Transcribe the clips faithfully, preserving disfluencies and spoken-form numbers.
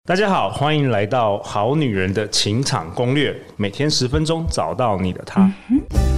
大家好，欢迎来到《好女人的情场攻略》，每天十分钟，找到你的他。嗯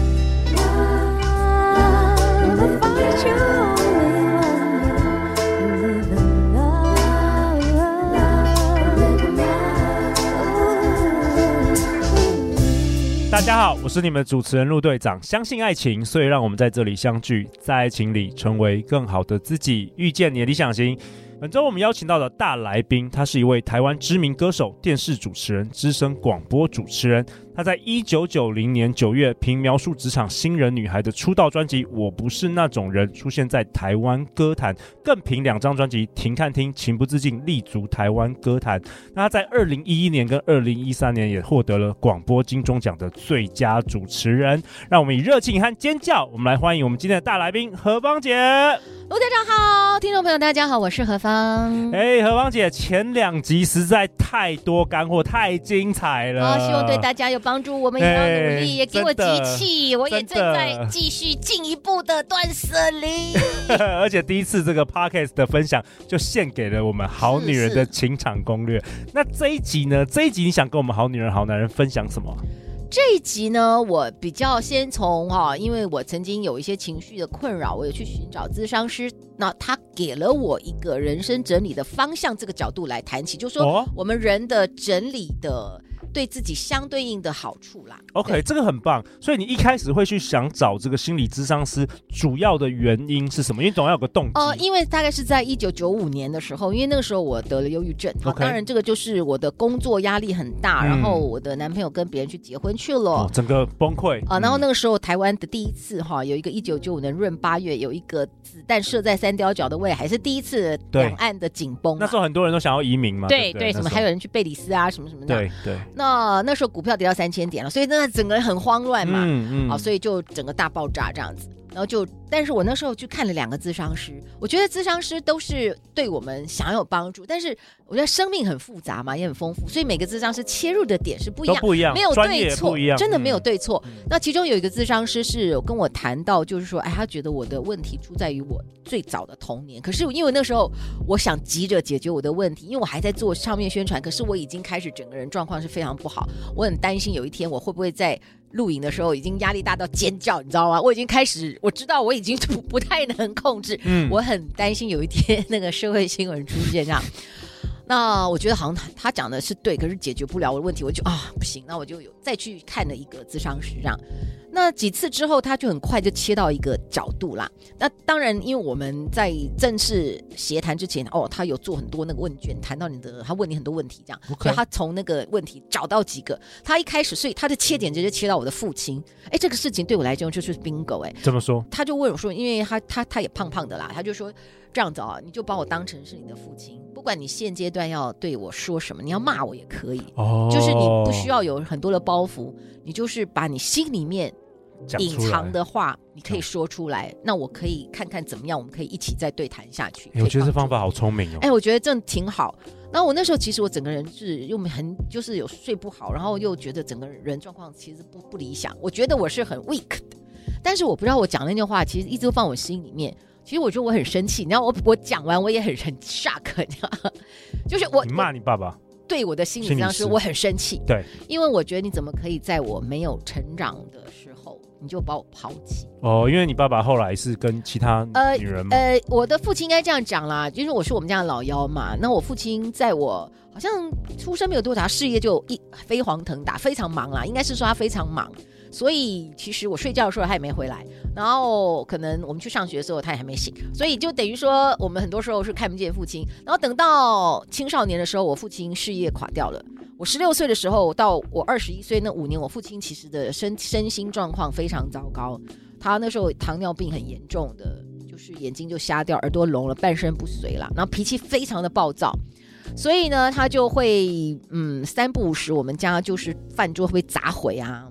大家好，我是你们的主持人陆队长。相信爱情，所以让我们在这里相聚，在爱情里成为更好的自己，遇见你的理想型。本周我们邀请到的大来宾，他是一位台湾知名歌手、电视主持人、资深广播主持人。他在一九九零年九月，凭描述职场新人女孩的出道专辑《我不是那种人》出现在台湾歌坛，更凭两张专辑《停看听》《情不自禁》立足台湾歌坛。那他在二零一一年跟二零一三年也获得了广播金钟奖的最佳主持人。让我们以热情和尖叫，我们来欢迎我们今天的大来宾何芳姐。 陆队长好，听众朋友大家好，我是何芳。 哎、欸，何芳姐，前两集实在太多干货，太精彩了。 哦，希望对大家有帮助，我们也要努力，欸、也给我集气，我也正在继续进一步的断舍离。 而且第一次这个 podcast 的分享就献给了我们好女人的情场攻略。那这一集呢？这一集你想跟我们好女人、好男人分享什么？ 这一集呢，我比较先从哈，因为我曾经有一些情绪的困扰，我有去寻找諮商师，那他给了我一个人生整理的方向，这个角度来谈起，就是说我们人的整理的对自己相对应的好处啦。 OK， 这个很棒。所以你一开始会去想找这个心理諮商师，主要的原因是什么？因为总要有个动机。 呃，因为大概是在一九九五年的时候，因为那个时候我得了忧郁症。Okay. 当然这个就是我的工作压力很大，嗯、然后我的男朋友跟别人去结婚去了，哦、 整个崩溃。 啊、呃，然后那个时候台湾的第一次哈，有一个一九九五年闰八月有一个子弹射在三貂角的胃，还是第一次两岸的紧绷、啊。 那时候很多人都想要移民嘛。 对对, 对, 对，什么还有人去贝里斯啊，什么什么的。 对对。 那那时候股票跌到三千点了，所以那整个人很慌乱嘛， 嗯嗯， 好，所以就整个大爆炸这样子。然后就，但是我那时候去看了两个諮商师，我觉得諮商师都是对我们想要有帮助，但是我觉得生命很复杂嘛，也很丰富，所以每个諮商师切入的点是不一样， 都不一样， 没有对错，真的没有对错、 嗯。 那其中有一个諮商师是跟我谈到，就是说，哎，他觉得我的问题出在于我最早的童年，可是因为那时候我想急着解决我的问题，因为我还在做唱片宣传，可是我已经开始整个人状况是非常不好，我很担心有一天我会不会在录影的时候已经压力大到尖叫，你知道吗？我已经开始，我知道我已经不不太能控制、嗯，我很担心有一天那个社会新闻出现这样。那我觉得好像 他, 他讲的是对，可是解决不了我的问题，我就啊不行，那我就有再去看了一个諮商师这样。那几次之后，他就很快就切到一个角度啦。那当然，因为我们在正式协谈之前，哦，他有做很多那个问卷，谈到你的，他问你很多问题，这样， okay. 所以他从那个问题找到几个。他一开始，所以他的切点直接切到我的父亲。哎，这个事情对我来讲就是 bingo 哎。 怎么说？ 他就问我说，因为他他他也胖胖的啦，他就说这样子啊，你就把我当成是你的父亲，不管你现阶段要对我说什么，你要骂我也可以，哦，就是你不需要有很多的包袱，你就是把你心里面隐藏的话你可以说出来，那我可以看看怎么样，我们可以一起再对谈下去。 我觉得这方法好聪明哦。 哎，我觉得这挺好。然后我那时候其实我整个人是又很就是有睡不好，然后又觉得整个人状况其实不不理想，我觉得我是很 weak 的，但是我不知道我讲那句话其实一直都放我心里面。其实我觉得我很生气，你知道我我讲完我也很很 shock， 你知道吗？就是我你骂你爸爸。 对我的心理咨商师我很生气， 对， 因为我觉得你怎么可以在我没有成长的时候你就把我抛弃？ 哦，因为你爸爸后来是跟其他女人吗？ 呃，呃我的父亲应该这样讲啦，就是我是我们家的老幺嘛。那我父亲在我好像出生没有多长，事业就一飞黄腾达，非常忙啦，应该是说他非常忙。所以其实我睡觉的时候他也没回来，然后可能我们去上学的时候他也还没醒，所以就等于说我们很多时候是看不见父亲。然后等到青少年的时候，我父亲事业垮掉了。我十六岁的时候到我二十一岁那五年，我父亲其实的身身心状况非常糟糕，他那时候糖尿病很严重的，就是眼睛就瞎掉，耳朵聋了，半身不遂啦，然后脾气非常的暴躁。所以呢他就会嗯三不五时我们家就是饭桌会被砸毁啊，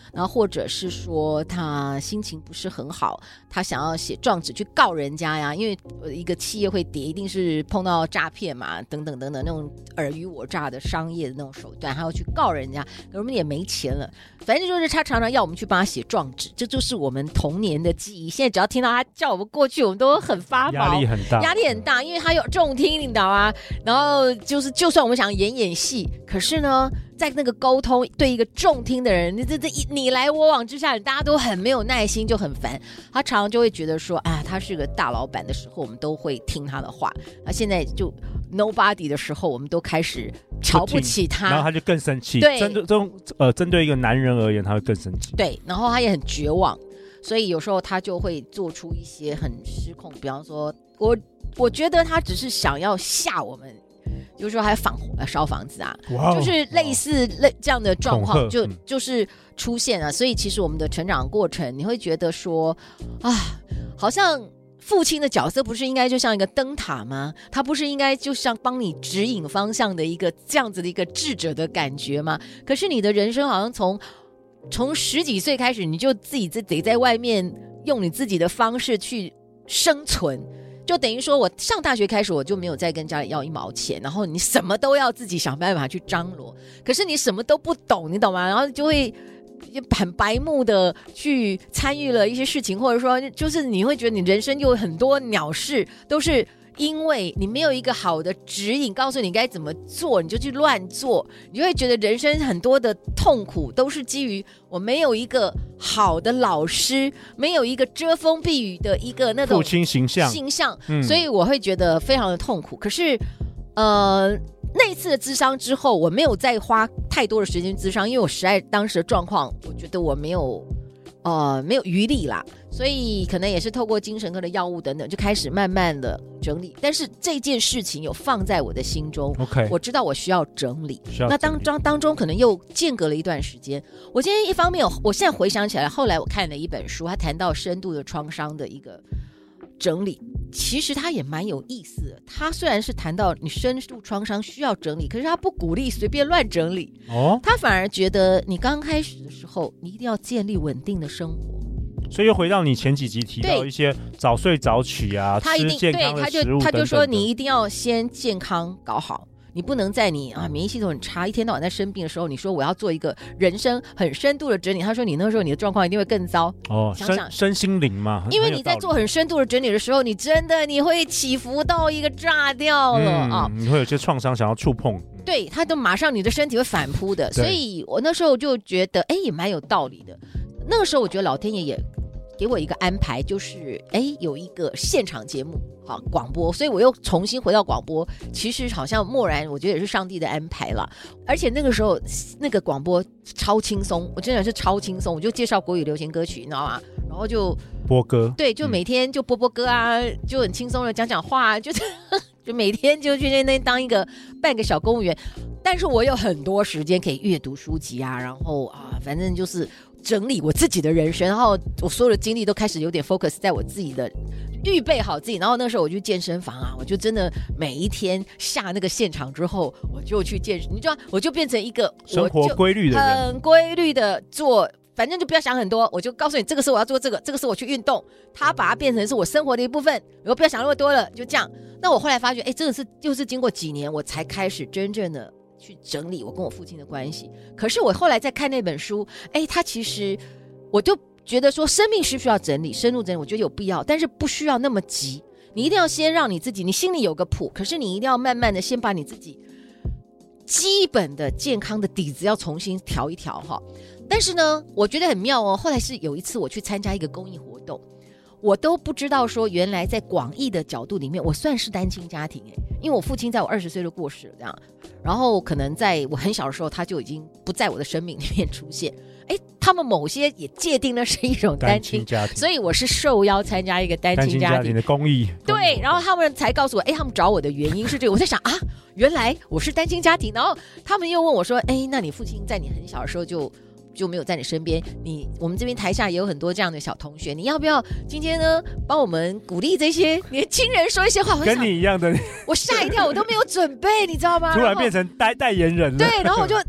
然后或者是说他心情不是很好，他想要写状纸去告人家呀，因为一个企业会跌，一定是碰到诈骗嘛，等等等等那种尔虞我诈的商业的那种手段，他要去告人家，可我们也没钱了，反正就是他常常要我们去帮他写状纸，这就是我们童年的记忆。现在只要听到他叫我们过去，我们都很发毛， 压力很大， 压力很大，因为他有重听，你知道吗？然后就是就算我们想演演戏，可是呢在那个沟通对一个重听的人，你这这你来我往之下，大家都很没有耐心，就很烦。他常常就会觉得说，啊，他是个大老板的时候，我们都会听他的话。那现在就 nobody 的时候，我们都开始瞧不起他， 然后他就更生气。 对， 针对这种呃，针对一个男人而言，他会更生气。 对，然后他也很绝望，所以有时候他就会做出一些很失控，比方说，我我觉得他只是想要吓我们。就是说还放火啊，烧房子啊， wow, 就是类似类这样的状况就、 嗯、 就是出现了。所以其实我们的成长过程，你会觉得说啊，好像父亲的角色不是应该就像一个灯塔吗？他不是应该就像帮你指引方向的一个这样子的一个智者的感觉吗？可是你的人生好像从从十几岁开始，你就自己得在外面用你自己的方式去生存。就等于说我上大学开始我就没有再跟家里要一毛钱，然后你什么都要自己想办法去张罗，可是你什么都不懂，你懂吗？然后就会很白目的去参与了一些事情，或者说就是你会觉得你人生有很多鸟事都是因为你没有一个好的指引告诉你该怎么做，你就去乱做，你就会觉得人生很多的痛苦都是基于我没有一个好的老师，没有一个遮风避雨的一个那种父亲形象形象、 嗯、 所以我会觉得非常的痛苦。可是呃那一次的諮商之后，我没有再花太多的时间諮商，因为我实在当时的状况我觉得我没有呃，没有余力啦，所以可能也是透过精神科的药物等等，就开始慢慢的整理。但是这件事情有放在我的心中 ，OK， 我知道我需要整理。 需要整理那当当当中可能又间隔了一段时间。我今天一方面，我现在回想起来，后来我看了一本书，他谈到深度的创伤的一个整理，其实他也蛮有意思的。他虽然是谈到你深度创伤需要整理，可是他不鼓励随便乱整理哦，他反而觉得你刚开始的时候，你一定要建立稳定的生活。 所以又回到你前几集提到一些早睡早起啊，吃健康的食物等等的， 他就说你一定要先健康搞好。你不能在你啊免疫系统很差，一天到晚在生病的时候，你说我要做一个人生很深度的整理，他说你那时候你的状况一定会更糟哦。想想身心灵嘛， 因为你在做很深度的整理的时候，你真的你会起伏到一个炸掉了、嗯、啊！ 你会有些创伤想要触碰， 对，他都马上你的身体会反扑的。所以我那时候就觉得，哎，也蛮有道理的。那个时候我觉得老天爷也给我一个安排，就是哎有一个现场节目。好广播，所以我又重新回到广播。其实好像默然，我觉得也是上帝的安排了。而且那个时候那个广播超轻松，我真的是超轻松，我就介绍国语流行歌曲，你知道吗？然后就播歌， 对，就每天就播播歌啊，嗯、就很轻松的讲讲话、啊，就就每天就去那边当一个半个小公务员。但是我有很多时间可以阅读书籍啊，然后啊，反正就是整理我自己的人生，然后我所有的精力都开始有点 focus 在我自己的。预备好自己，然后那时候我去健身房啊，我就真的每一天下那个现场之后，我就去健身，你知道，我就变成一个生活规律的人， 很规律的做，反正就不要想很多，我就告诉你，这个是我要做这个，这个是我去运动，它把它变成是我生活的一部分，我不要想那么多了，就这样。那我后来发觉，哎，真的是就是经过几年，我才开始真正的去整理我跟我父亲的关系。可是我后来在看那本书，哎，它其实我就。觉得说生命是需要整理，深入整理，我觉得有必要，但是不需要那么急。你一定要先让你自己，你心里有个谱，可是你一定要慢慢的先把你自己基本的健康的底子要重新调一调哈。但是呢，我觉得很妙哦。后来是有一次我去参加一个公益活动，我都不知道说原来在广义的角度里面，我算是单亲家庭哎，因为我父亲在我二十岁就过世了这样，然后可能在我很小的时候他就已经不在我的生命里面出现。哎，他们某些也界定的是一种单亲家庭， 所以我是受邀参加一个单亲家庭, 单亲家庭的公益。 对，然后他们才告诉我，哎，他们找我的原因是这个。我在想啊，原来我是单亲家庭。然后他们又问我说，哎，那你父亲在你很小的时候就就没有在你身边？你我们这边台下也有很多这样的小同学，你要不要今天呢帮我们鼓励这些年轻人说一些话？ 跟你一样的， 我吓一跳，我都没有准备，你知道吗？ 突然变成代代言人了。 对，然后我就。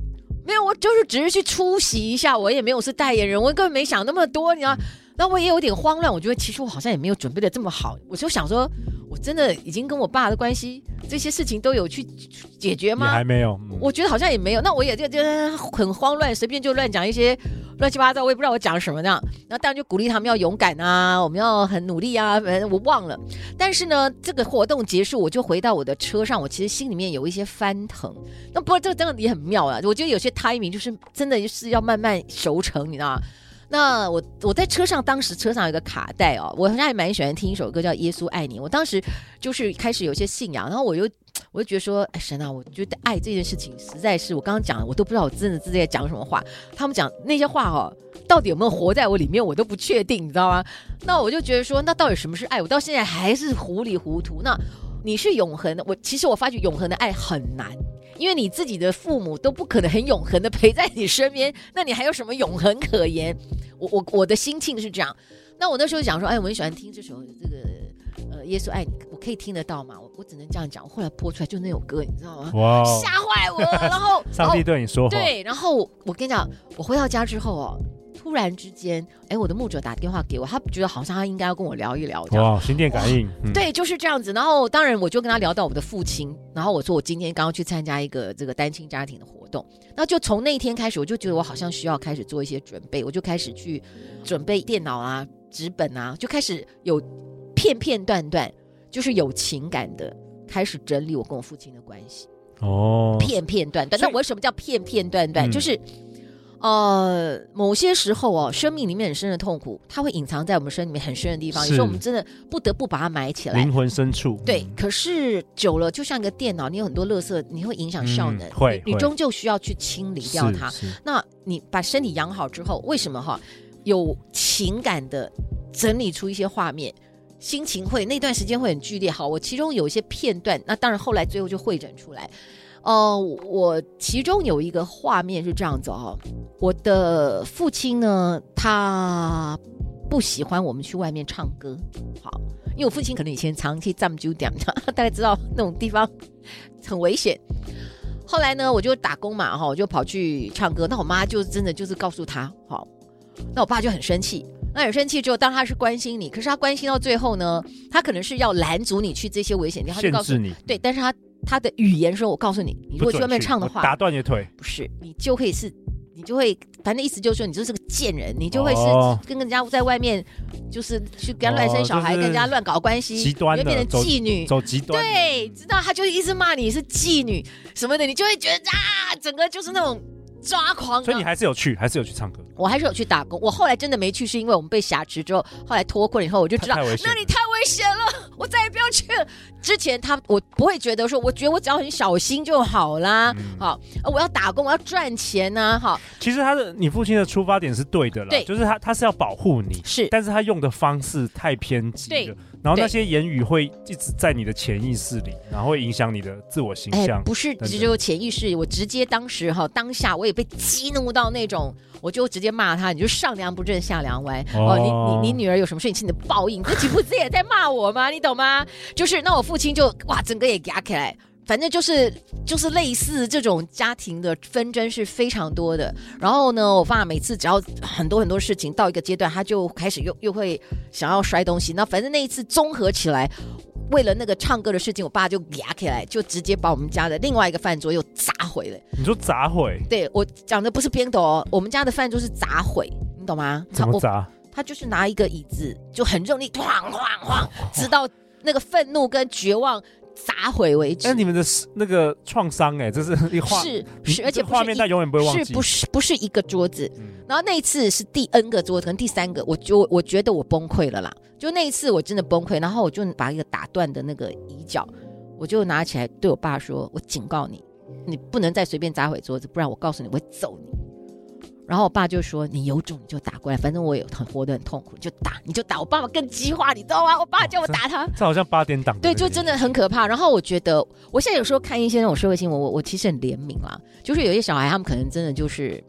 没有，我就是只是去出席一下，我也没有是代言人，我根本没想那么多，你知道。然后我也有点慌乱，我觉得其实我好像也没有准备的这么好，我就想说，我真的已经跟我爸的关系这些事情都有去解决吗？ 也还没有、 嗯、我觉得好像也没有，那我也就就很慌乱，随便就乱讲一些乱七八糟，我也不知道我讲什么那样。然后当然就鼓励他们要勇敢啊，我们要很努力啊，反正我忘了。但是呢，这个活动结束，我就回到我的车上，我其实心里面有一些翻腾。那不过这个真的也很妙啊，我觉得有些 timing 就是真的是要慢慢熟成，你知道吗？那我我在车上，当时车上有一个卡带哦，我还蛮喜欢听一首歌叫《耶稣爱你》。我当时就是开始有些信仰，然后我又我就觉得说，哎神啊，我觉得爱这件事情实在是我刚刚讲的，我都不知道我真的自己在讲什么话。他们讲那些话哦，到底有没有活在我里面，我都不确定，你知道吗？那我就觉得说，那到底什么是爱？我到现在还是糊里糊涂。那你是永恒的，我其实我发觉永恒的爱很难。因为你自己的父母都不可能很永恒的陪在你身边，那你还有什么永恒可言？我我我的心境是这样。那我那时候想说，哎，我很喜欢听这首这个呃耶稣爱你，我可以听得到吗？我我只能这样讲。后来播出来就那首歌，你知道吗？哇，吓坏我了。然后上帝对你说话。 对，然后我跟你讲，我回到家之后哦。突然之间，哎，我的牧者打电话给我，他觉得好像他应该要跟我聊一聊。 哇，心电感应、 嗯，对，就是这样子。然后，当然我就跟他聊到我的父亲，然后我说我今天刚刚去参加一个这个单亲家庭的活动，那就从那一天开始，我就觉得我好像需要开始做一些准备，我就开始去准备电脑啊、纸本啊，就开始有片片段段，就是有情感的开始整理我跟我父亲的关系。哦，片片段段。那我为什么叫片片段段？嗯、就是。呃，某些时候哦，生命里面很深的痛苦，它会隐藏在我们身里面很深的地方。有时候我们真的不得不把它埋起来， 灵魂深处。 对，可是久了，就像一个电脑，你有很多垃圾，你会影响效能， 嗯、会你终究需要去清理掉它。那你把身体养好之后，为什么哈有情感的整理出一些画面？心情会那段时间会很剧烈。好，我其中有一些片段，那当然后来最后就汇整出来。呃，我其中有一个画面是这样子哦，我的父亲呢，他不喜欢我们去外面唱歌，好，因为我父亲可能以前长期站酒店，大概知道那种地方很危险。后来呢，我就打工嘛，哈，我就跑去唱歌，那我妈就真的就是告诉他，好，那我爸就很生气。那很生气之后，当然他是关心你，可是他关心到最后呢，他可能是要拦阻你去这些危险地方，他就告诉你，对，但是他他的语言说，我告诉你，你如果去外面唱的话， 打断你的腿， 不是，你就可以是，你就会，反正意思就是说，你就是个贱人，你就会是跟人家在外面，就是去跟他乱生小孩，哦就是、跟人家乱搞关系， 极端的， 你会变成妓女， 走极端， 对，知道他就一直骂你是妓女什么的，你就会觉得啊，整个就是那种。抓狂， 所以你还是有去，还是有去唱歌。 我还是有去打工。我后来真的没去，是因为我们被挟持之后，后来脱困以后，我就知道那里太危险了，我再也不要去了。之前他我不会觉得说，我觉得我只要很小心就好啦。嗯、好，我要打工，我要赚钱呐、啊。好， 其实他的你父亲的出发点是对的啦，对，就是他他是要保护你， 是， 但是他用的方式太偏激了。然后那些言语会一直在你的潜意识里，然后会影响你的自我形象。 哎、不是只有潜意识，我直接当时哈当下我也被激怒到那种，我就直接骂他，你就上梁不正下梁歪。哦，哦你你你女儿有什么事情是你的报应？这岂不是也在骂我吗？你懂吗？就是那我父亲就哇，整个也压起来。反正就是就是类似这种家庭的纷争是非常多的。然后呢，我爸每次只要很多很多事情到一个阶段，他就开始又又会想要摔东西。那反正那一次综合起来，为了那个唱歌的事情，我爸就压起来，就直接把我们家的另外一个饭桌又砸毁了。 你说砸毁？ 对，我讲的不是边斗哦，我们家的饭桌是砸毁，你懂吗？ 怎么砸？ 他就是拿一个椅子就很用力，哐哐哐，直到那个愤怒跟绝望砸毁为止。 那你们的那个创伤哎，这是一画是是，而且画面他永远不会忘记， 是不是不是一个桌子？嗯、然后那一次是第 N 个桌子，可能第三个，我就我觉得我崩溃了啦。就那一次我真的崩溃，然后我就把一个打断的那个椅脚，我就拿起来对我爸说：“我警告你，你不能再随便砸毁桌子，不然我告诉你我会揍你。”然后我爸就说：“你有种你就打过来，反正我也很活得很痛苦，你就打，你就打。”我爸爸更激化，你知道吗？我爸叫我打他， 哦、这, 这好像八点档。 对，就真的很可怕。然后我觉得，我现在有时候看一些那种社会新闻，我我其实很怜悯啦，就是有些小孩他们可能真的就是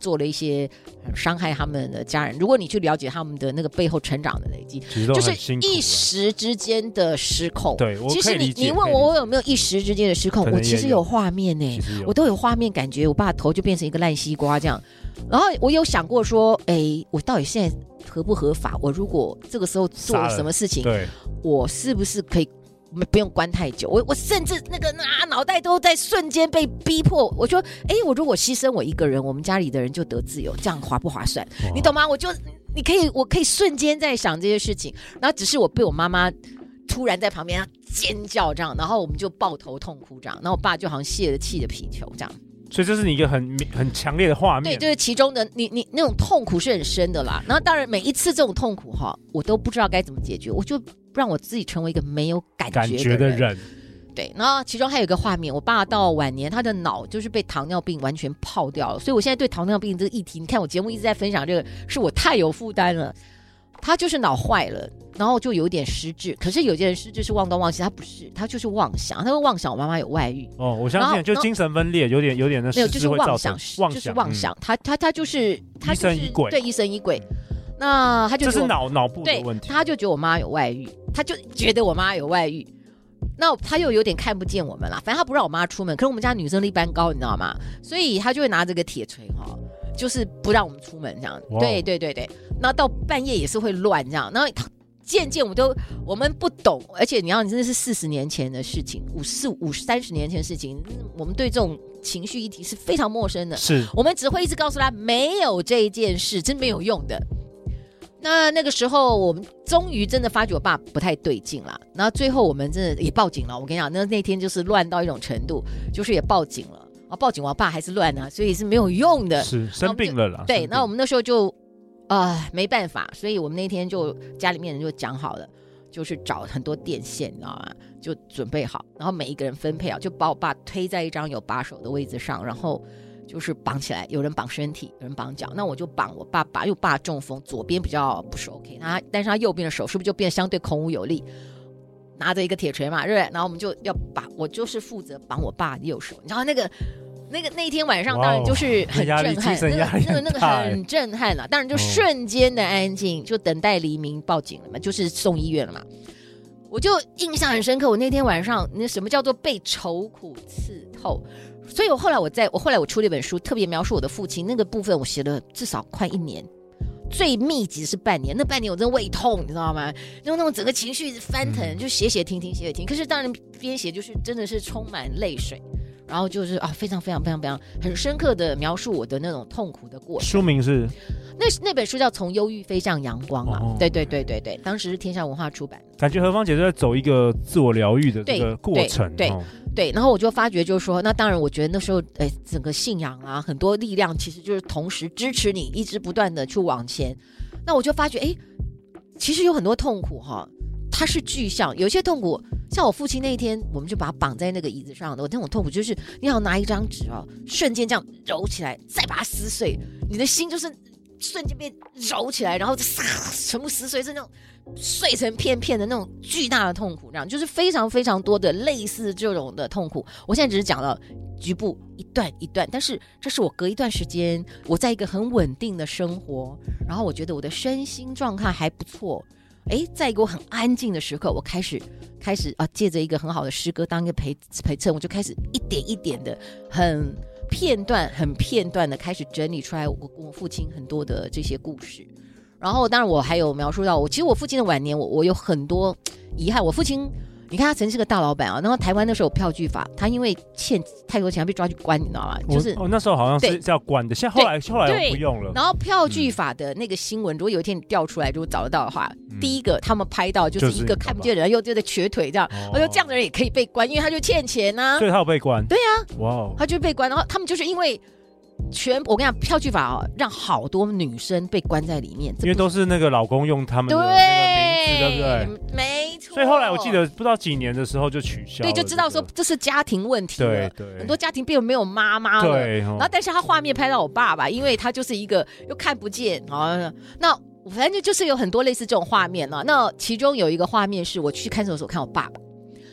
做了一些伤害他们的家人。如果你去了解他们的那个背后成长的累积，就是一时之间的失控。 对，我其实你你问我我有没有一时之间的失控，我其实有画面呢、欸，我都有画面感觉，我爸头就变成一个烂西瓜这样。然后我有想过说，哎、欸，我到底现在合不合法？我如果这个时候做了什么事情， 对， 我是不是可以？不用关太久，我我甚至那个啊脑袋都在瞬间被逼迫。我说，哎，我如果牺牲我一个人，我们家里的人就得自由，这样划不划算？你懂吗？我就你可以，我可以瞬间在想这些事情，然后只是我被我妈妈突然在旁边尖叫这样，然后我们就抱头痛哭这样，然后我爸就好像泄了气的皮球这样。 所以这是你一个很很强烈的画面， 对，就是其中的你你那种痛苦是很深的啦。然后当然每一次这种痛苦哈，我都不知道该怎么解决，我就让我自己成为一个没有感觉的 人, 感觉的人。 对，然后其中还有一个画面，我爸到晚年他的脑就是被糖尿病完全泡掉了，所以我现在对糖尿病这个议题，你看我节目一直在分享这个，是我太有负担了。他就是脑坏了，然后就有点失智。可是有些人失智是忘东忘西，他不是，他就是妄想，他会妄想我妈妈有外遇。 哦，我相信就精神分裂，有点有点的失智会造成妄想，就是妄想。嗯、他他他就是他就是疑神疑鬼， 对，疑神疑鬼。那他就这是脑脑部的问题， 他就觉得我妈有外遇，他就觉得我妈有外遇。那他又有点看不见我们啦，反正他不让我妈出门，可是我们家女生力班高，你知道吗？所以他就会拿这个铁锤哈。就是不让我们出门这样，对对对对，然后到半夜也是会乱这样，然后渐渐我们都我们不懂，而且你要你真的是四十年前的事情，五四五三十年前的事情，我们对这种情绪议题是非常陌生的， 是我们只会一直告诉他没有这件事，真没有用的。那那个时候我们终于真的发觉我爸不太对劲了，然后最后我们真的也报警了。我跟你讲，那那天就是乱到一种程度，就是也报警了。报警我爸还是乱啊，所以是没有用的， 是生病了啦。 对，那我们那时候就啊、呃、没办法，所以我们那天就家里面人就讲好了，就是找很多电线，你知道吗？就准备好，然后每一个人分配好，就把我爸推在一张有把手的位置上，然后就是绑起来，有人绑身体，有人绑脚，那我就绑我爸爸，因为我爸中风，左边比较不是 OK， 他但是他右边的手是不是就变得相对孔武有力？拿着一个铁锤嘛，对不对？然后我们就要把，我就是负责绑我爸右手，你知道那个。那个那天晚上当然就是很震撼，那个那个那个很震撼了，当然就瞬间的安静，就等待黎明报警了嘛，就是送医院了嘛。我就印象很深刻，我那天晚上那什么叫做被愁苦刺透，所以我后来我在我后来我出了一本书，特别描述我的父亲那个部分，我写了至少快一年，最密集是半年，那半年我真的胃痛，你知道吗？然后那种整个情绪翻腾，就写写停停写写停，可是当然边写就是真的是充满泪水。然后就是啊，非常非常非常非常很深刻的描述我的那种痛苦的过程。 书名是那那本书叫《从忧郁飞向阳光》啊，哦、对对对对对，当时是天下文化出版。 感觉何芳姐就在走一个自我疗愈的这个过程， 对 对, 对,、哦、对。然后我就发觉，就是说，那当然，我觉得那时候，哎，整个信仰啊，很多力量其实就是同时支持你，一直不断的去往前。那我就发觉，哎，其实有很多痛苦哈。它是具象，有些痛苦，像我父亲那一天，我们就把他绑在那个椅子上的，我那种痛苦就是你要拿一张纸哦，瞬间这样揉起来，再把它撕碎，你的心就是瞬间被揉起来，然后全部撕碎，是那种碎成片片的那种巨大的痛苦，这样就是非常非常多的类似这种的痛苦。我现在只是讲了局部一段一段，但是这是我隔一段时间，我在一个很稳定的生活，然后我觉得我的身心状态还不错。哎，在一个我很安静的时刻，我开始开始啊，借着一个很好的诗歌当一个陪陪衬，我就开始一点一点的很片段、很片段的开始整理出来我跟我父亲很多的这些故事。然后，当然我还有描述到我，其实我父亲的晚年，我我有很多遗憾。我父亲，你看他曾经是个大老板啊，然后台湾那时候有票据法，他因为欠太多钱被抓去关，你知道吗？就是哦，那时候好像是要关的，现在后来后来不用了。 然后票据法的那个新闻，嗯、如果有一天你调出来，如果找得到的话，嗯、第一个他们拍到就是一个看不见的人，又就在瘸腿这样，我说、哦、这样的人也可以被关，因为他就欠钱啊， 所以他有被关。 对啊， 哇、哦， 他就被关，然后他们就是因为。全我跟你讲，票据法哦，让好多女生被关在里面， 因为都是那个老公用他们的那个名字，对不对？ 没错。 所以后来我记得不知道几年的时候就取消了， 对，就知道说这是家庭问题了。 对对， 很多家庭并没有妈妈了。 对， 然后但是他画面拍到我爸爸，因为他就是一个又看不见啊。那反正就是有很多类似这种画面了。那其中有一个画面是我去看守所看我爸爸。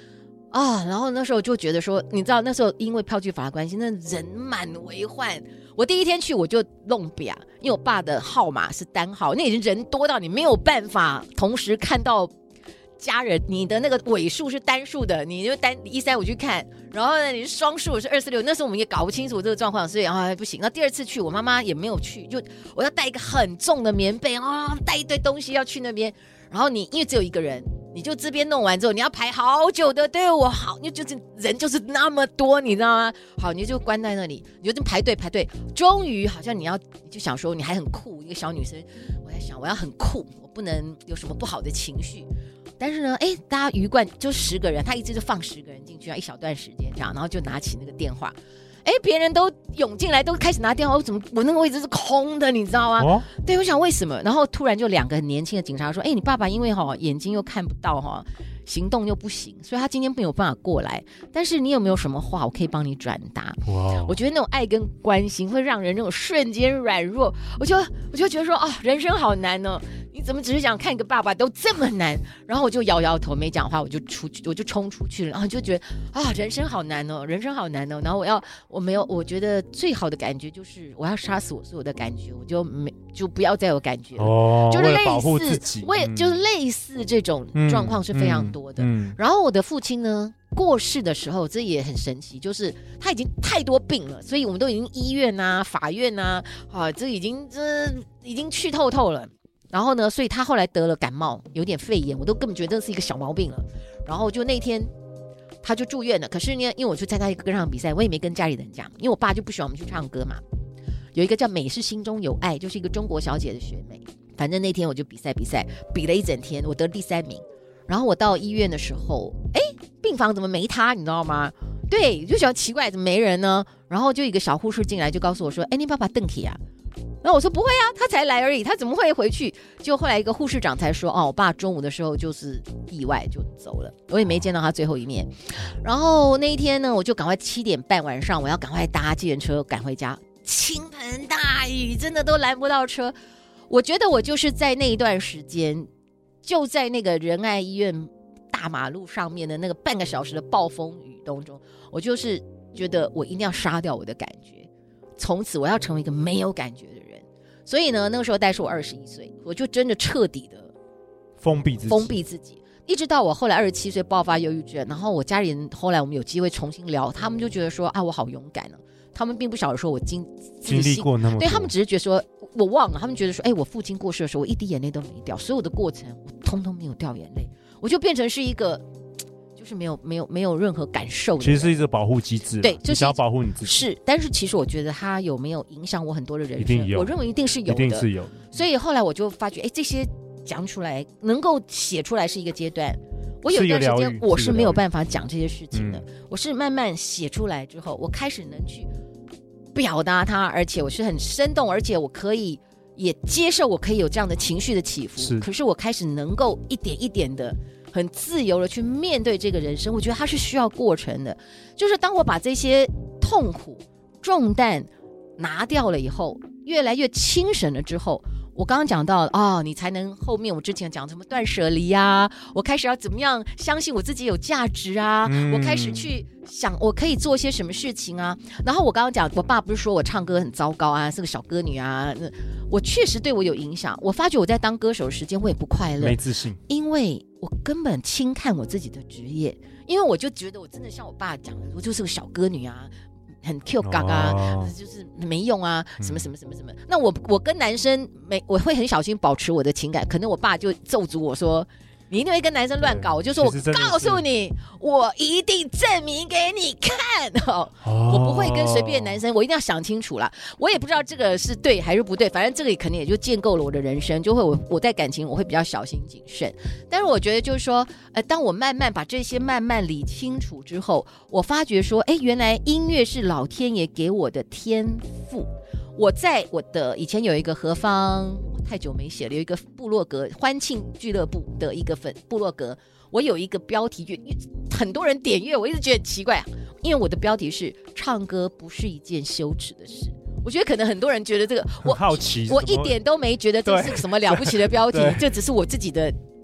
啊，然后那时候就觉得说，你知道那时候因为票据法的关系，那人满为患。我第一天去我就弄表，因为我爸的号码是单号，那已经人多到你没有办法同时看到家人，你的那个尾数是单数的，你就单一三五去看，然后呢你是双数是二四六，那时候我们也搞不清楚这个状况，所以啊不行。那第二次去，我妈妈也没有去，就我要带一个很重的棉被啊，带一堆东西要去那边，然后你因为只有一个人。你就这边弄完之后，你要排好久的队伍，好，你就是人就是那么多，你知道吗？好，你就关在那里，你就排队排队，终于好像你要，你就想说你还很酷，一个小女生，我在想我要很酷，我不能有什么不好的情绪。但是呢，哎，大家鱼贯就十个人，他一直就放十个人进去啊，一小段时间这样，然后就拿起那个电话。哎，别人都涌进来，都开始拿电话，我怎么我那个位置是空的，你知道吗？哦、对，我想为什么？然后突然就两个很年轻的警察说：“哎，你爸爸因为哈、哦、眼睛又看不到哈、哦，行动又不行，所以他今天没有办法过来。但是你有没有什么话我可以帮你转达？”哇！我觉得那种爱跟关心会让人那种瞬间软弱，我就我就觉得说啊、哦，人生好难哦。你怎么只是想看一个爸爸都这么难？然后我就摇摇头没讲话，我就出去，我就冲出去了，然后就觉得啊，人生好难哦，人生好难哦。然后我要我没有，我觉得最好的感觉就是我要杀死我所有的感觉，我就没就不要再有感觉了。哦，就是类似为了保护自己，为、嗯、就是类似这种状况是非常多的。嗯嗯嗯、然后我的父亲呢过世的时候，这也很神奇，就是他已经太多病了，所以我们都已经医院啊、法院啊，啊，这已经这已经去透透了。然后呢，所以他后来得了感冒，有点肺炎，我都根本觉得这是一个小毛病了。然后就那天他就住院了。可是呢，因为我去参加一个歌唱比赛，我也没跟家里人讲，因为我爸就不喜欢我们去唱歌嘛。有一个叫美是心中有爱，就是一个中国小姐的学妹。反正那天我就比赛比赛，比了一整天，我得第三名。然后我到医院的时候，哎，病房怎么没他？你知道吗？对，就想奇怪，怎么没人呢？然后就一个小护士进来，就告诉我说：“哎，你爸爸邓体啊。”然后我说不会啊，他才来而已，他怎么会回去？就后来一个护士长才说，哦，我爸中午的时候就是意外就走了，我也没见到他最后一面。然后那一天呢，我就赶快七点半晚上，我要赶快搭计程车赶回家，倾盆大雨，真的都拦不到车。我觉得我就是在那一段时间，就在那个仁爱医院大马路上面的那个半个小时的暴风雨当中，我就是觉得我一定要杀掉我的感觉，从此我要成为一个没有感觉的人。所以呢，那个时候大概是我二十一岁，我就真的彻底的封闭自己， 封闭自己，一直到我后来二十七岁爆发忧郁症，然后我家里人后来我们有机会重新聊，他们就觉得说啊，我好勇敢呢、啊。他们并不晓得说我经经历过那么多， 对他们只是觉得说我忘了，他们觉得说，哎，我父亲过世的时候，我一滴眼泪都没掉，所有的过程我通通没有掉眼泪，我就变成是一个。就是没有没有没有任何感受的， 其实是一个保护机制， 对，就是要保护你自己。 是，但是其实我觉得它有没有影响我很多的人生， 一定有， 我认为一定是有的， 一定是有。 所以后来我就发觉，哎，这些讲出来能够写出来是一个阶段。我有一段时间我是没有办法讲这些事情的，嗯、我是慢慢写出来之后，我开始能去表达它，而且我是很生动，而且我可以也接受我可以有这样的情绪的起伏。 是， 可是我开始能够一点一点的。很自由的去面对这个人生，我觉得它是需要过程的。就是当我把这些痛苦重担拿掉了以后，越来越清神了之后，我刚刚讲到哦，你才能后面我之前讲什么断舍离啊，我开始要怎么样相信我自己有价值啊、嗯、我开始去想我可以做些什么事情啊。然后我刚刚讲我爸不是说我唱歌很糟糕啊，是个小歌女啊，我确实对我有影响。我发觉我在当歌手的时间我也不快乐， 没自信， 因为我根本轻看我自己的职业，因为我就觉得我真的像我爸讲的，我就是个小歌女啊，很 Q 嘎啊、哦，就是没用啊，什么什么什么什么。嗯、那我我跟男生没，我会很小心保持我的情感，可能我爸就咒诅我说。你一定会跟男生乱搞，我就说我告诉你，我一定证明给你看、哦哦、我不会跟随便的男生，我一定要想清楚啦。我也不知道这个是对还是不对，反正这个可能也就建构了我的人生，就会我我在感情我会比较小心谨慎。但是我觉得就是说，呃，当我慢慢把这些慢慢理清楚之后，我发觉说，哎，原来音乐是老天爷给我的天赋。我在我的以前有一个何方。太久没写了，有一个部落格欢庆俱乐部的一个粉部落格，我有一个标题，很多人点阅，我一直觉得很奇怪、啊，因为我的标题是唱歌不是一件羞耻的事。我觉得可能很多人觉得这个我好奇， 我一点都没觉得这是什么了不起的标题，这只是我自己的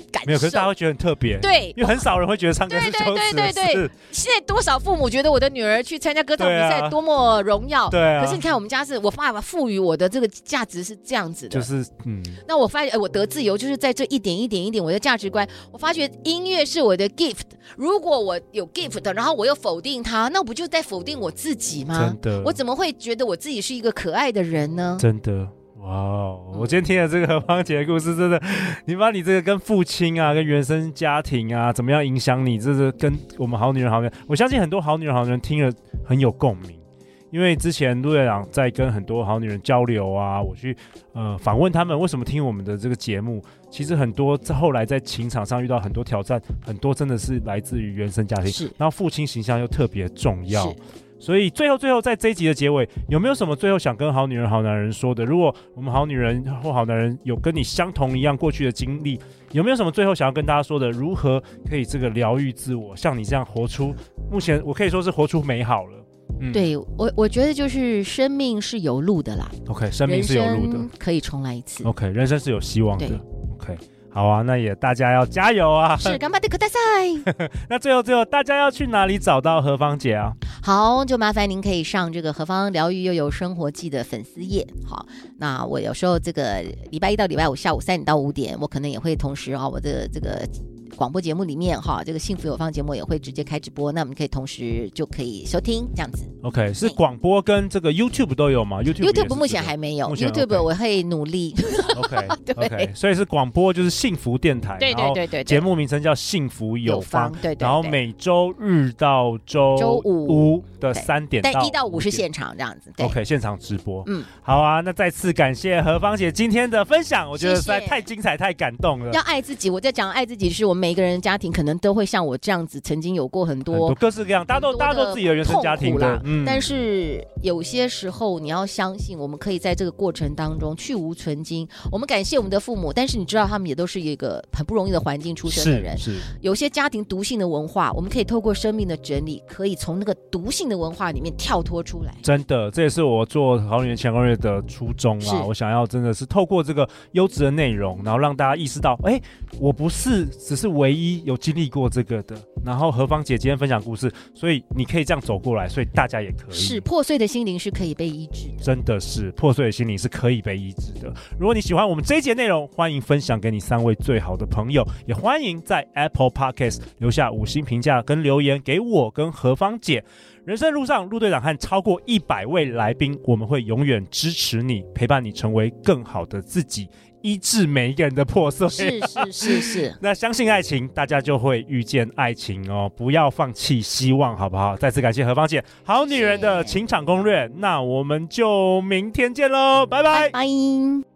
感受。 没有，可是大家会觉得很特别， 对， 因为很少人会觉得唱歌是羞耻的事。 对对对对对，现在多少父母觉得我的女儿去参加歌唱比赛多么荣耀， 对啊。 可是你看我们家是我爸爸赋予我的这个价值是这样子的， 就是嗯。 那我发现我得自由就是在这一点一点一点我的价值观，我发觉音乐是我的 gift。如果我有 gift， 然后我又否定它，那我不就在否定我自己吗？ 真的， 我怎么会觉得我自己是一个可爱的人呢？ 真的。哇哦！我今天听了这个何芳姐的故事，真的，你把你这个跟父亲啊、跟原生家庭啊，怎么样影响你，这是跟我们好女人好女人，我相信很多好女人好女人听了很有共鸣。因为之前陆队长在跟很多好女人交流啊，我去呃访问他们为什么听我们的这个节目，其实很多后来在情场上遇到很多挑战，很多真的是来自于原生家庭，然后父亲形象又特别重要。所以最后最后在这一集的结尾，有没有什么最后想跟好女人好男人说的？如果我们好女人或好男人有跟你相同一样过去的经历，有没有什么最后想要跟大家说的？如何可以这个疗愈自我，像你这样活出，目前我可以说是活出美好了。 嗯、对我我觉得就是生命是有路的啦。 OK， 生命是有路的， 可以重来一次。 OK， 人生是有希望的。 OK，好啊，那也大家要加油啊！ 是，頑張ってください。 那最后最后，大家要去哪里找到何芳姐啊？ 好，就麻烦您可以上这个何芳疗愈又有生活记的粉丝页。好，那我有时候这个礼拜一到礼拜五下午三点到五点，我可能也会同时啊，我的这个广播节目里面哈，这个幸福有方节目也会直接开直播，那我们可以同时就可以收听这样子。 OK， 是广播跟这个 YouTube 都有吗 ？YouTube YouTube 目前还没有 ，YouTube、okay. 我会努力。 OK， 对 ，OK， 所以是广播就是幸福电台， 对对对对， 节目名称叫幸福有方， 对对， 然后每周日到周周五的三点到但一到五是现场这样子。 OK， 现场直播。 嗯， 好啊，那再次感谢何芳姐今天的分享，我觉得实在太精彩、太感动了。 要爱自己，我在讲爱自己，是我们每一个人家庭可能都会像我这样子，曾经有过很多, 很多各式各样，大家都大家都自己的原生家庭的， 嗯，但是有些时候你要相信，我们可以在这个过程当中去无存菁。我们感谢我们的父母，但是你知道他们也都是一个很不容易的环境出生的人， 是是有些家庭毒性的文化，我们可以透过生命的整理，可以从那个毒性的文化里面跳脱出来。 真的，这也是我做好女人前攻略的初衷啊！我想要真的是透过这个优质的内容，然后让大家意识到，哎，我不是只是唯一有经历过这个的。然后何芳姐今天分享故事，所以你可以这样走过来，所以大家也可以。 是破碎的心灵是可以被医治的， 真的是破碎的心灵是可以被医治的。如果你喜欢我们这一节内容，欢迎分享给你三位最好的朋友，也欢迎在 Apple Podcast 留下五星评价跟留言给我跟何芳姐。人生路上，陆队长和超过一百位来宾，我们会永远支持你，陪伴你成为更好的自己，医治每一个人的破碎。 是是是是。 那相信爱情，大家就会遇见爱情哦！不要放弃希望，好不好？再次感谢何芳姐，好女人的情场攻略。那我们就明天见喽，拜拜。 拜拜。